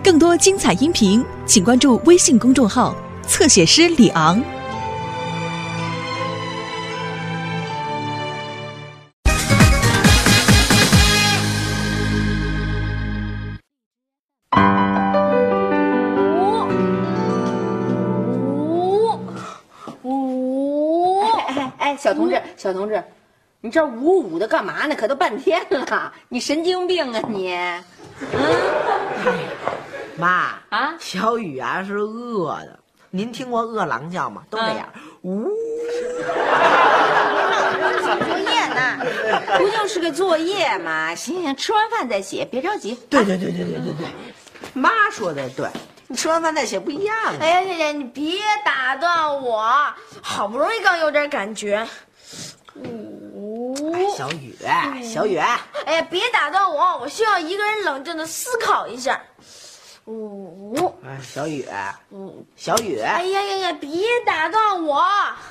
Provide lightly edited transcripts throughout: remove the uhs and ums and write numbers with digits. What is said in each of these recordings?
更多精彩音频，请关注微信公众号“侧写师李昂”。 小同志，你这呜呜的干嘛呢？可都半天了，你神经病啊你！ 妈啊，小雨啊是饿的。您听过饿狼叫吗？都这样，呜。 写作业呢，不就是个作业吗？行，吃完饭再写，别着急。 对，妈说的对，你吃完饭再写不一样啊。 哎呀，你别打断我，好不容易刚有点感觉。 小雨， 哎呀，别打断我，我需要一个人冷静的思考一下。 小雨， 哎呀，别打断我。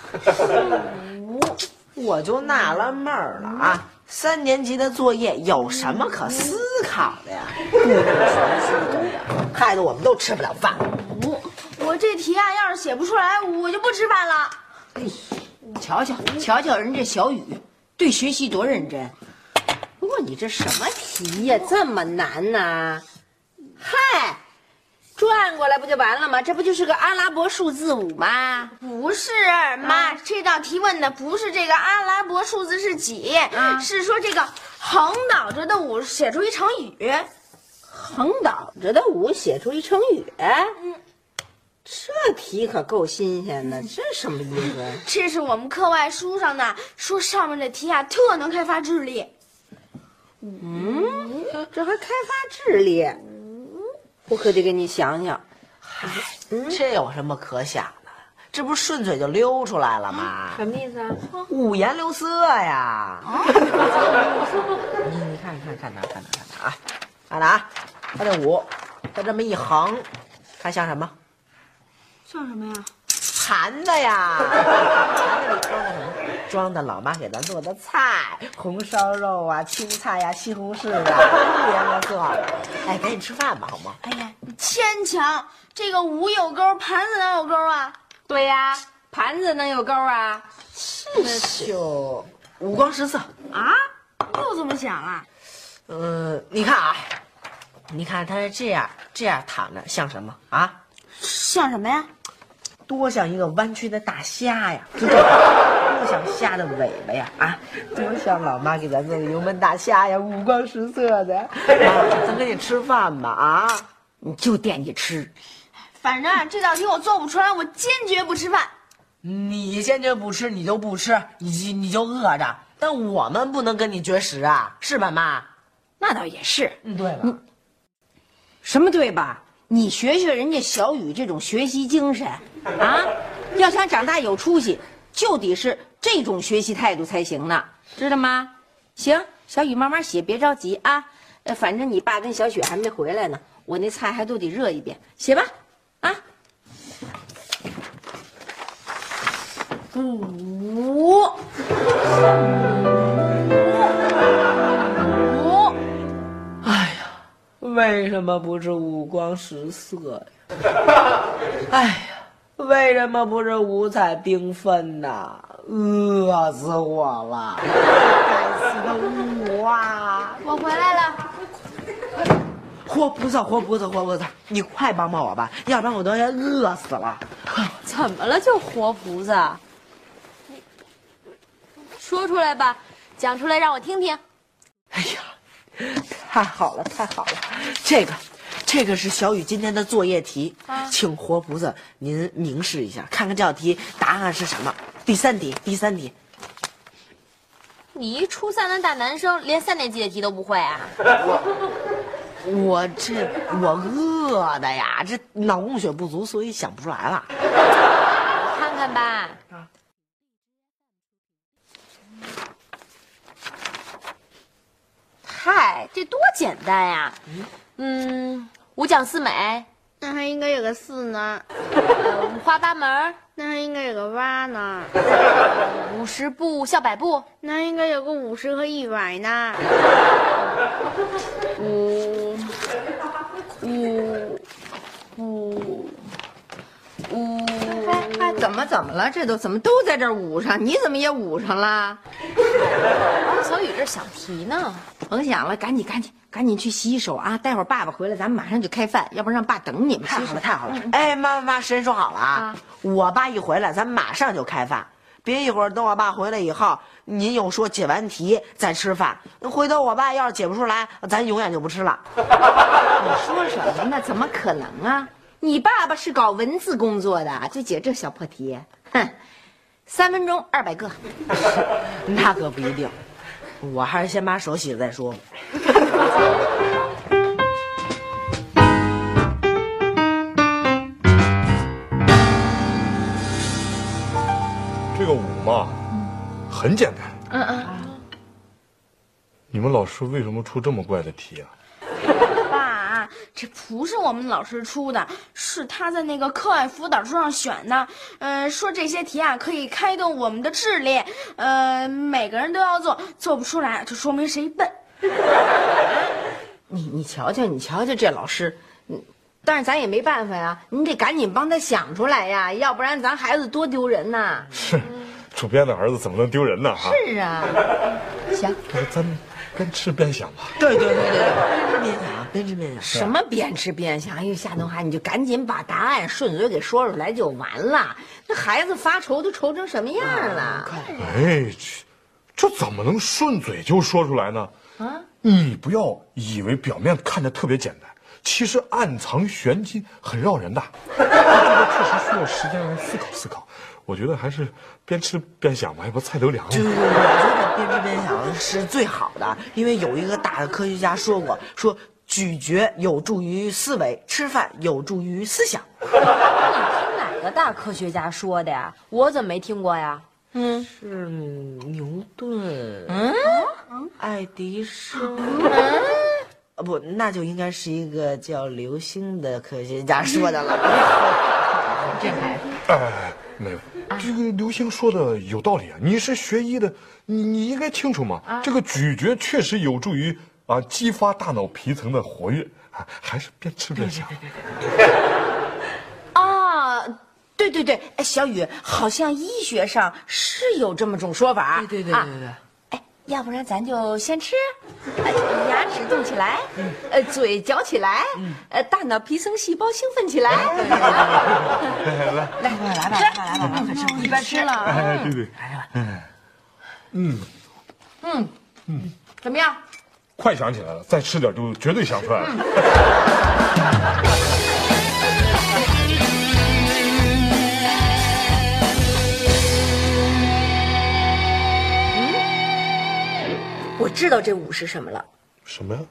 我就纳了闷了啊，3年级的作业有什么可思考的呀？害得我们都吃不了饭。 我这题啊，要是写不出来，我就不吃饭了。 瞧瞧人这小雨，对学习多认真。不过你这什么题呀，这么难呢？嗨，转过来不就完了吗？这不就是个阿拉伯数字5吗？ 不是，妈，这道题问的不是这个阿拉伯数字是几，是说这个横倒着的5写出一成语。 横倒着的5写出一成语？这题可够新鲜的，这什么意思？ 这是我们课外书上的，说上面的题啊特能开发智力。 这还开发智力？我可得给你想想。 这有什么可想的？这不是顺嘴就溜出来了吗？ 什么意思啊？ 五颜六色呀！你看哪啊？看哪啊？它这5，它这么一横，它像什么？ 像什么呀？ 盘子呀！盘子里装的什么？装的老妈给咱做的菜，红烧肉啊、青菜呀、西红柿啊，五颜六色。哎，赶紧吃饭吧，好吗？ 哎呀，你牵强，这个5有勾，盘子哪有勾啊？ 对呀，盘子能有勾啊？ 那就五光十色啊！又这么想啊？ 你看啊，你看它这样躺着像什么啊？ 像什么呀？ 多像一个弯曲的大虾呀！多像虾的尾巴呀！啊，多像老妈给咱做的油焖大虾呀，五光十色的。咱赶紧吃饭吧！啊， 你就惦记吃。 反正这道题我做不出来，我坚决不吃饭。 你坚决不吃，你就不吃，你就饿着。但我们不能跟你绝食啊，是吧，妈？ 那倒也是。 对吧？ 什么对吧？你学学人家小雨这种学习精神啊！要想长大有出息，就得是这种学习态度才行呢，知道吗？行，小雨慢慢写，别着急啊。反正你爸跟小雪还没回来呢，我那菜还都得热一遍，写吧，啊。 为什么不是五光十色呀？哎呀，为什么不是五彩缤纷呐？饿死我了！该死的五啊！ 我回来了。 活菩萨，你快帮帮我吧，要不然我都要饿死了。 怎么了就活菩萨？说出来吧，讲出来让我听听。 哎呀，太好了！这个是小雨今天的作业题，请活菩萨您明示一下，看看这道题答案是什么？第三题。 你一初3的大男生，连3年级的题都不会啊？ 我饿的呀，这脑供血不足，所以想不出来了。 看看吧。嗨，这多简单呀！5讲4美， 那还应该有个4呢。 五花八门， 那还应该有个8呢。 50步笑百步， 那还应该有个50和100呢。 怎么了？这怎么都在这儿捂上？你怎么也捂上了？ 小雨这想题呢。 甭想了，赶紧去洗手啊！待会儿爸爸回来，咱们马上就开饭，要不然让爸等你们。 太好了，太好了！哎，妈，时间说好了啊！我爸一回来，咱马上就开饭。别一会儿等我爸回来以后，您又说解完题再吃饭。回头我爸要是解不出来，咱永远就不吃了。 你说什么呢？怎么可能啊？你爸爸是搞文字工作的，就解这小破题，哼，3分钟200个。 那可不一定，我还是先把手洗了再说。 这个舞嘛，很简单。你们老师为什么出这么怪的题啊？ 爸，这不是我们老师出的，是他在那个课外辅导书上选的。说这些题啊可以开动我们的智力，每个人都要做，做不出来就说明谁笨。 你瞧瞧这老师，但是咱也没办法呀，你得赶紧帮他想出来呀，要不然咱孩子多丢人呐。 是，主编的儿子怎么能丢人呢？哈。 是啊，行， 咱边吃边想吧。 对，边吃边想。 什么边吃边想？哎呦，夏东海，你就赶紧把答案顺嘴给说出来就完了。那孩子发愁都愁成什么样了？ 哎，这怎么能顺嘴就说出来呢？啊，你不要以为表面看着特别简单。其实暗藏玄机，很绕人的。这个确实需要时间来思考。我觉得还是边吃边想吧，要不菜都凉了。 对，我觉得边吃边想是最好的，因为有一个大的科学家说过，说咀嚼有助于思维，吃饭有助于思想。 你听哪个大科学家说的呀？我怎么没听过呀？ 是牛顿，爱迪生。不，那就应该是一个叫刘星的科学家说的了。 这孩子， 没有，这个刘星说的有道理啊。你是学医的，你应该清楚嘛。这个咀嚼确实有助于激发大脑皮层的活跃，还是边吃边想。 啊，对，哎，小雨，好像医学上是有这么种说法。 对。 哎，要不然咱就先吃，牙齿动起来，嘴嚼起来，大脑皮层细胞兴奋起来。 来吧， 一边吃了。 对， 怎么样？ 快想起来了，再吃点就绝对想出来了。 我知道这舞是什么了， 什么呀？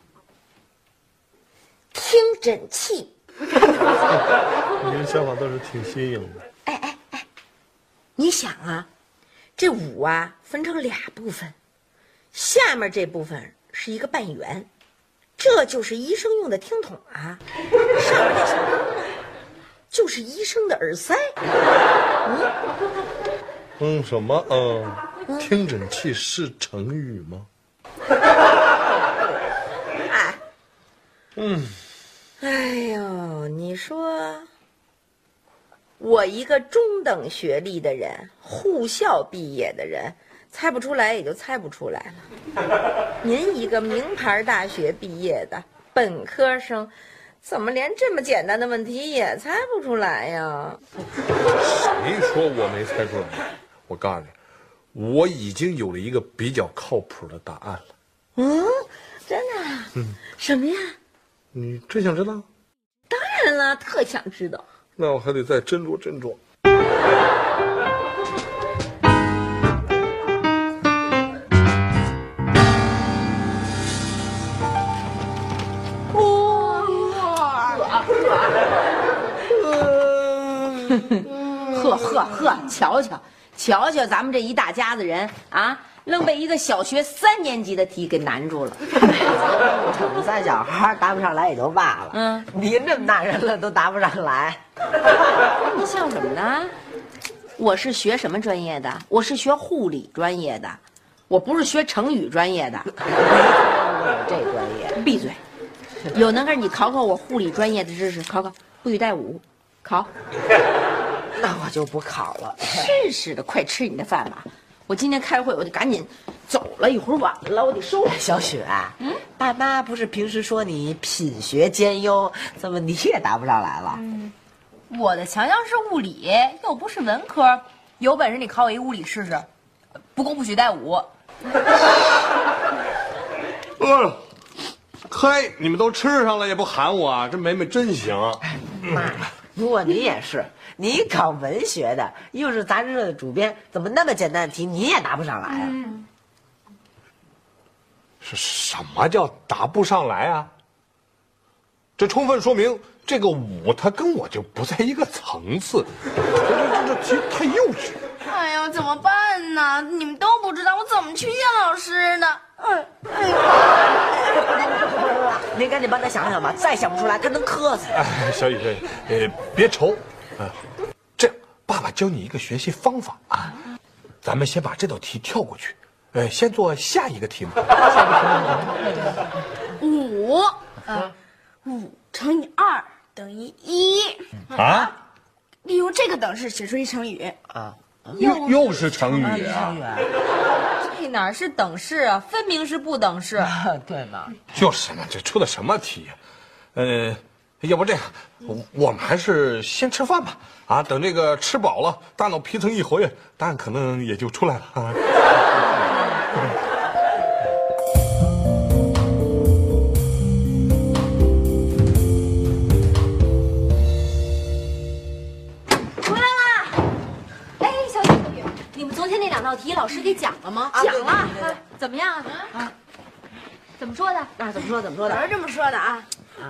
听诊器。 你这想法倒是挺新颖的。 哎，你想啊，这舞啊分成2部分，下面这部分是一个半圆，这就是医生用的听筒啊，上面这小灯啊就是医生的耳塞。 什么？听诊器是成语吗？ 哎呦，你说我一个中等学历的人，护校毕业的人，猜不出来也就猜不出来了。您一个名牌大学毕业的本科生，怎么连这么简单的问题也猜不出来呀？ 谁说我没猜出来？我告诉你，我已经有了一个比较靠谱的答案了。 真的？什么呀？ 你真想知道？ 当然了，特想知道。 那我还得再斟酌斟酌。 呵，瞧瞧咱们这一大家子人啊，愣被一个小学3年级的题给难住了。 我们3小孩答不上来也就罢了，您这么大人了都答不上来， 你笑什么呢？我是学什么专业的？我是学护理专业的，我不是学成语专业的。 我有这专业。 闭嘴！有能耐你考考我护理专业的知识，考不许带舞，考。 那我就不考了。 真是的，快吃你的饭吧！我今天开会，我就赶紧走了，一会儿晚了，我得收拾。 小雪，爸妈不是平时说你品学兼优，怎么你也答不上来了？ 我的强项是物理，又不是文科，有本事你考我一物理试试，不攻不许带5。 嘿，你们都吃上了也不喊我啊，这梅梅真行。 妈，如果你也是，你搞文学的，又是杂志社的主编，怎么那么简单的题你也答不上来啊？ 是什么叫答不上来啊？这充分说明这个5它跟我就不在一个层次，这题太幼稚。 哎呦，怎么办呢？你们都不知道我怎么去见老师呢？ 您赶紧帮他想想吧，再想不出来他能磕死。 小雨，别愁，这样爸爸教你一个学习方法啊，咱们先把这道题跳过去，先做下一个题目。 5乘以2等于1 啊？ 利用这个等式写出一成语啊。 又是成语啊！ 这哪是等式啊，分明是不等式。 对嘛？ 就是嘛，这出的什么题呀？要不这样，我们还是先吃饭吧。啊，等这个吃饱了，大脑皮层一活跃，答案可能也就出来了啊。 2道题老师给讲了吗？ 讲了， 怎么样啊？怎么说的？ 怎么说的？ 我是这么说的啊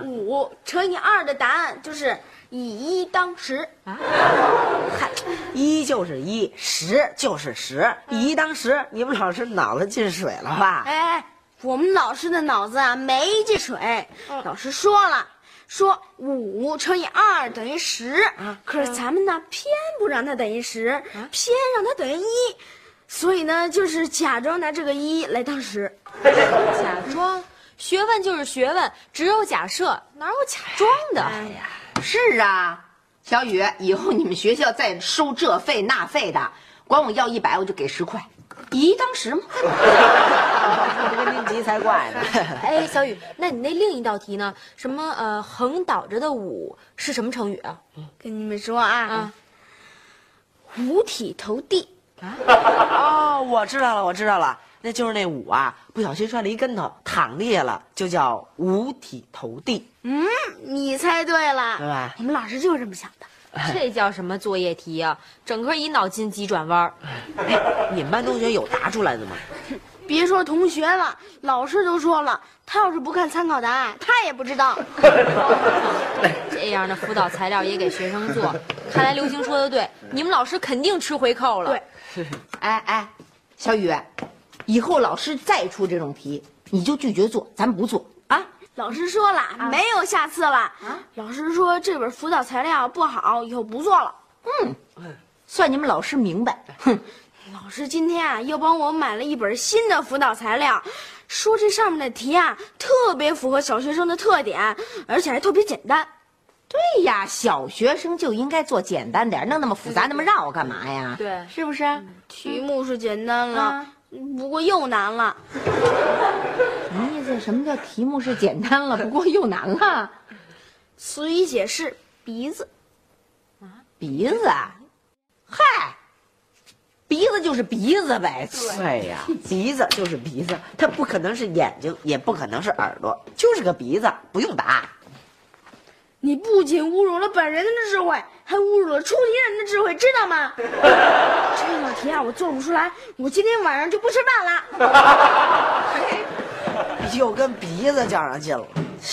，5乘以2的答案就是以1当10啊。 嗨，1就是1，10就是10，以1当10，你们老师脑子进水了吧？ 哎，我们老师的脑子啊没进水，老师说了。说5乘以2等于10，可是咱们呢偏不让它等于10，偏让它等于1，所以呢就是假装拿这个1来当10。 假装？学问就是学问，只有假设，哪有假装的？ 哎呀，是啊，小雨，以后你们学校再收这费那费的，管我要100，我就给10块，以1当10嘛。 不跟您急才怪呢。 哎，小雨，那你那另一道题呢？什么横倒着的5是什么成语啊？ 跟你们说啊，五体投地。 哦，我知道了，那就是那5啊，不小心摔了一跟头，躺地下了，就叫五体投地。 你猜对了， 对吧？ 我们老师就是这么想的。 这叫什么作业题啊？整个一脑筋急转弯。 你们班同学有答出来的吗？ 别说同学了，老师都说了，他要是不看参考答案，他也不知道。 这样的辅导材料也给学生做，看来刘星说的对，你们老师肯定吃回扣了。 对， 哎，小雨，以后老师再出这种题，你就拒绝做，咱不做啊。 老师说了，没有下次了。啊，老师说这本辅导材料不好，以后不做了。 算你们老师明白。哼。 老师今天啊又帮我买了一本新的辅导材料，说这上面的题啊特别符合小学生的特点，而且还特别简单。 对呀，小学生就应该做简单点，弄那么复杂那么绕干嘛呀？ 对， 是不是？ 题目是简单了，不过又难了。 你意思什么叫题目是简单了，不过又难了？ 词语解释：鼻子。 鼻子啊？嗨。鼻子就是鼻子呗， 对呀，鼻子就是鼻子，它不可能是眼睛，也不可能是耳朵，就是个鼻子，不用答。 你不仅侮辱了本人的智慧，还侮辱了出题人的智慧，知道吗？这道题啊，我做不出来，我今天晚上就不吃饭了。 又跟鼻子较上劲了。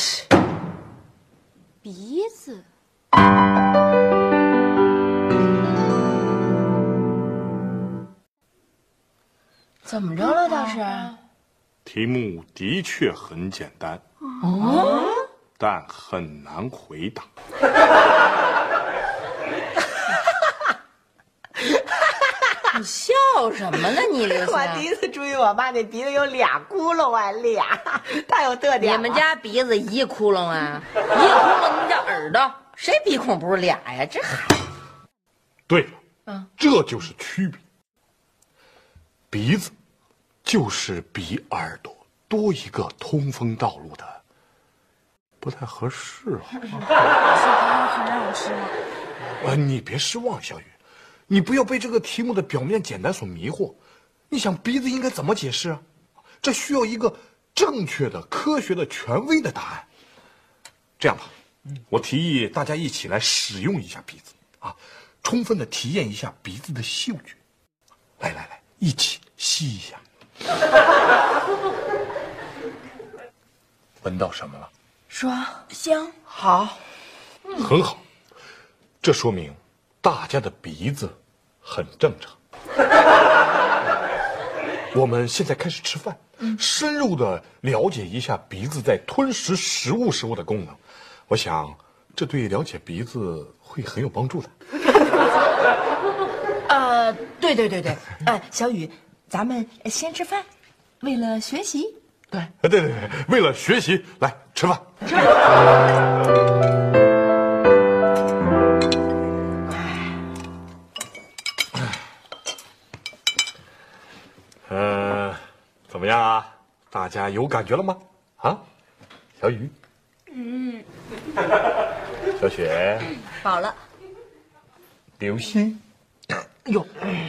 鼻子。 怎么着了，倒是？ 题目的确很简单，但很难回答。 你笑什么呢？你这是？ 我第一次注意我爸那鼻子有俩窟窿啊，俩，太有特点了。 你们家鼻子一窟窿啊？一窟窿，你这耳朵，谁鼻孔不是俩呀？这还对了，这就是区别。鼻子就是比耳朵多一个通风道路的，不太合适啊。 很让我失望。 你别失望，小雨，你不要被这个题目的表面简单所迷惑。你想鼻子应该怎么解释啊？这需要一个正确的、科学的、权威的答案。这样吧，我提议大家一起来使用一下鼻子啊，充分的体验一下鼻子的嗅觉。来，一起吸一下。闻到什么了？ 爽香， 好， 很好，这说明大家的鼻子很正常。我们现在开始吃饭，深入的了解一下鼻子在吞食食物时候的功能。我想，这对了解鼻子会很有帮助的。 对，小雨，咱们先吃饭，为了学习。 对，为了学习，来吃饭。怎么样啊？大家有感觉了吗？啊，小雨，小雪， 饱了。 刘星， 哟，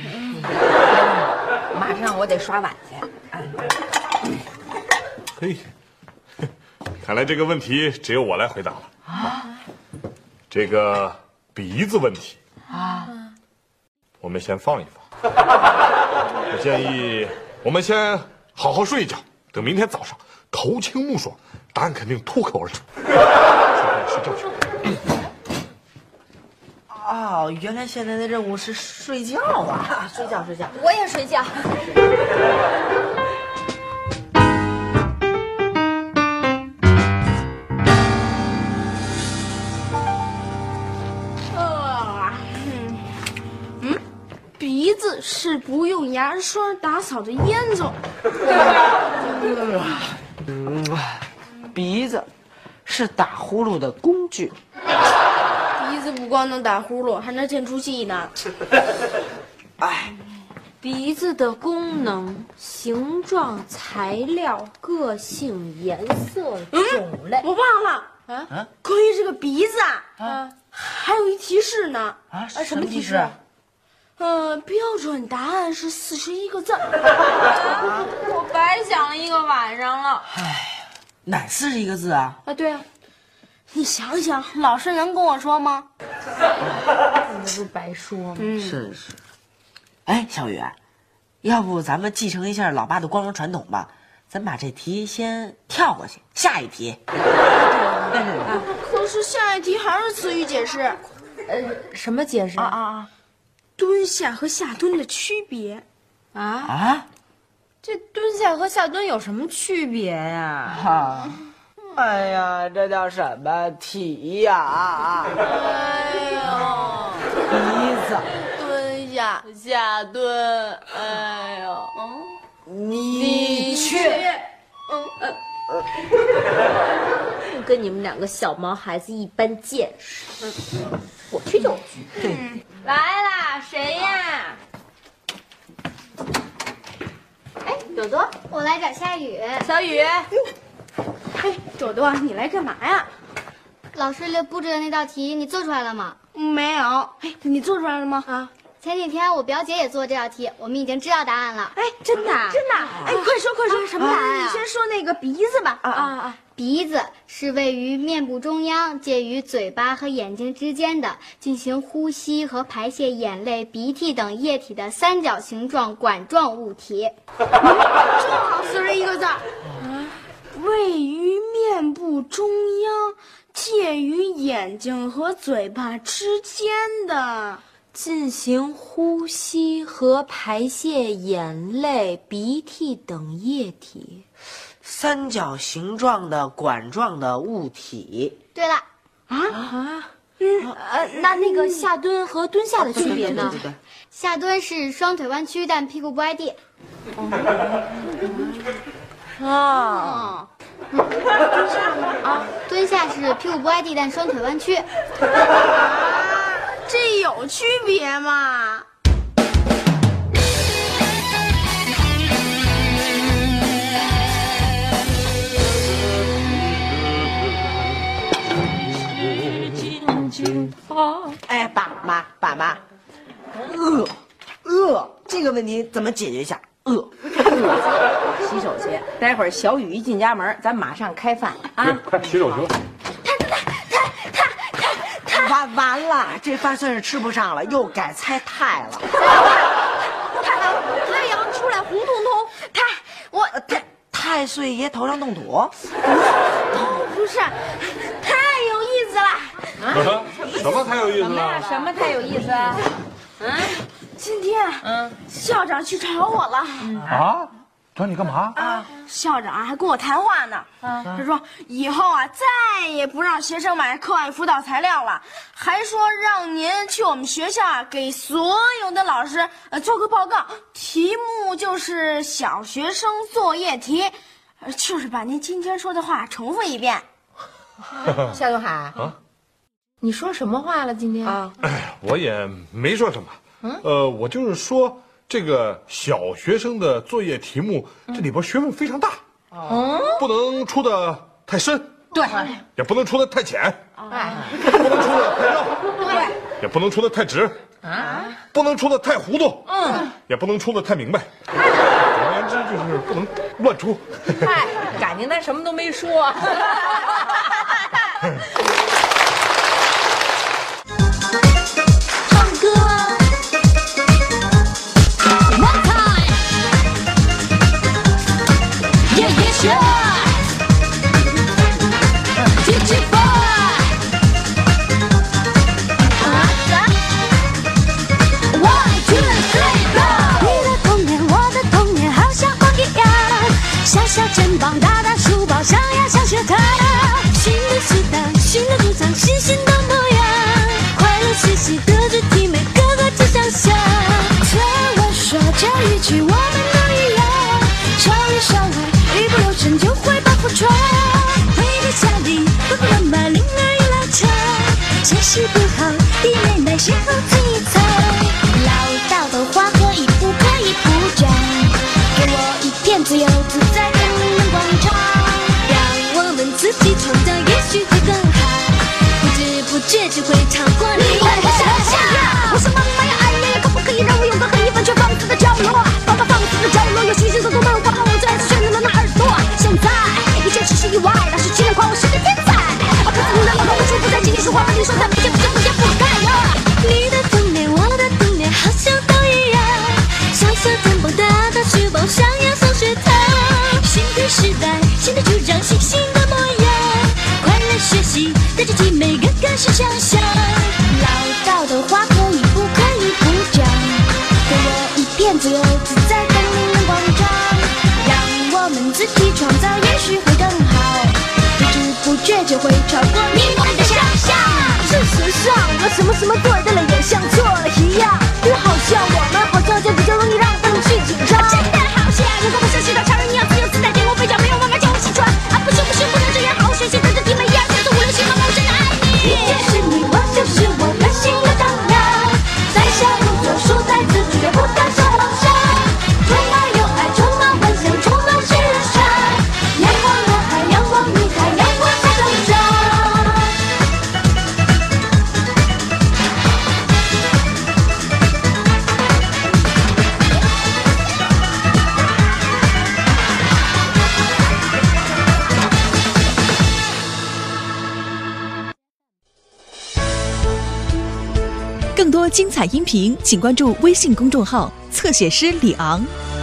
马上我得刷碗去。 嘿，看来这个问题只有我来回答了啊。这个鼻子问题啊，我们先放一放。我建议我们先好好睡一觉，等明天早上头清目爽，答案肯定脱口而出。现在睡觉去。 哦，原来现在的任务是睡觉啊！睡觉。 我也睡觉。 鼻子是不用牙刷打扫的烟囱。 鼻子是打呼噜的工具。 鼻子不光能打呼噜，还能溅出气呢。 鼻子的功能、形状、材料、个性、颜色、种类。 我忘了关于这个鼻子还有一提示呢。 什么提示？ 标准答案是41个字。 我白想了一个晚上了。 哪41个字啊？ 对啊，你想想，老师能跟我说吗？ 那不是白说吗？ 是。哎，小雨，要不咱们继承一下老爸的光荣传统吧？咱把这题先跳过去，下一题。 可是下一题还是词语解释。 什么解释蹲下和下蹲的区别。 这蹲下和下蹲有什么区别呀？ 哎呀，这叫什么题呀？鼻子蹲下下蹲。哎呦， 你去。 不跟你们两个小毛孩子一般见识。我去就去。来啦，谁呀？哎，朵朵， 我来找夏雨。 小雨。 朵朵，你来干嘛呀？ 老师布置的那道题你做出来了吗？ 没有。你做出来了吗？ 前几天我表姐也做这道题，我们已经知道答案了。 真的？快说什么答案你先说那个鼻子吧。 鼻子是位于面部中央，介于嘴巴和眼睛之间的，进行呼吸和排泄眼泪、鼻涕等液体的三角形状管状物体。 正好41个字。位于面部中央，介于眼睛和嘴巴之间的， 进行呼吸和排泄眼泪、鼻涕等液体。 三角形状的管状的物体。 对了。 那个下蹲和蹲下的区别呢？ 对。 下蹲是双腿弯曲，但屁股不挨地。 蹲下是屁股不挨地，但双腿弯曲。 这有区别吗？ 哎，爸妈，这个问题怎么解决一下？ 洗手去，待会儿小雨一进家门，咱马上开饭啊！ 快洗手去了。 完了，这饭算是吃不上了，又改菜太了。 太阳出来红彤彤， 太岁爷头上动土。 不是，太有意思了。 什么太有意思了？ 什么太有意思啊？ 今天，校长去找我了。 啊？找你干嘛？ 校长还跟我谈话呢。他说以后再也不让学生买课外辅导材料了，还说让您去我们学校给所有的老师做个报告，题目就是小学生作业题，就是把您今天说的话重复一遍。 夏东海你说什么话了今天？ 我也没说什么。我就是说。这个小学生的作业题目，这里边学问非常大，不能出的太深， 对， 也不能出的太浅，不能出的太绕， 对， 也不能出的太直，不能出的太糊涂，也不能出的太明白。总而言之，就是不能乱出。 嗨，感情他什么都没说。 小肩膀，大大书包，上呀上学堂。新的时代，新的主张，新新的模样。快乐学习的主题，每个个都想象。听我说这一句，我们都一样。朝里朝外，一不留神就会把服装。回到家里，爸爸妈妈铃儿一拉长。学习不好，弟妹耐心后自猜。唠叨的话可以不可以不讲？给我一片自由自在。自己创造，也许会更好。不知不觉就会超过你的想象。我说妈妈呀，哎呀呀，可不可以让我有个可以完全放肆的角落？爸爸放肆的角落有形形色色漫画，我最爱是绚烂的耳朵。现在一切只是意外，老师竟然夸我是个天才。可是你让我无处不在，轻轻说话，你说在不见不见不见不该呀。你的童年，我的童年，好像都一样。小小肩膀，大大书包，上呀上学堂。新的时代，新的主张，新新的。学习的主题，每个个是想象。唠叨的话可以不可以不讲？给我一片自由自在的人人广场，让我们自己创造，也许会更好。不知不觉就会超过你们的想象。事实上，我什么对的了，也像错了一样。就好像我们好像就比较容易让他们去紧张。真的好像，如果不像是到常人一样自由自在，天空飞翔，没有妈妈叫我起床。不行，不能这样，好好学习的题目一样。你就是你，我就是我的心的张扬，在下不做书呆子，绝不敢说妄想。充满有爱，充满幻想，充满时尚。阳光男孩，阳光女孩，阳光在成长。 更多精彩音频，请关注微信公众号“侧写师李昂”。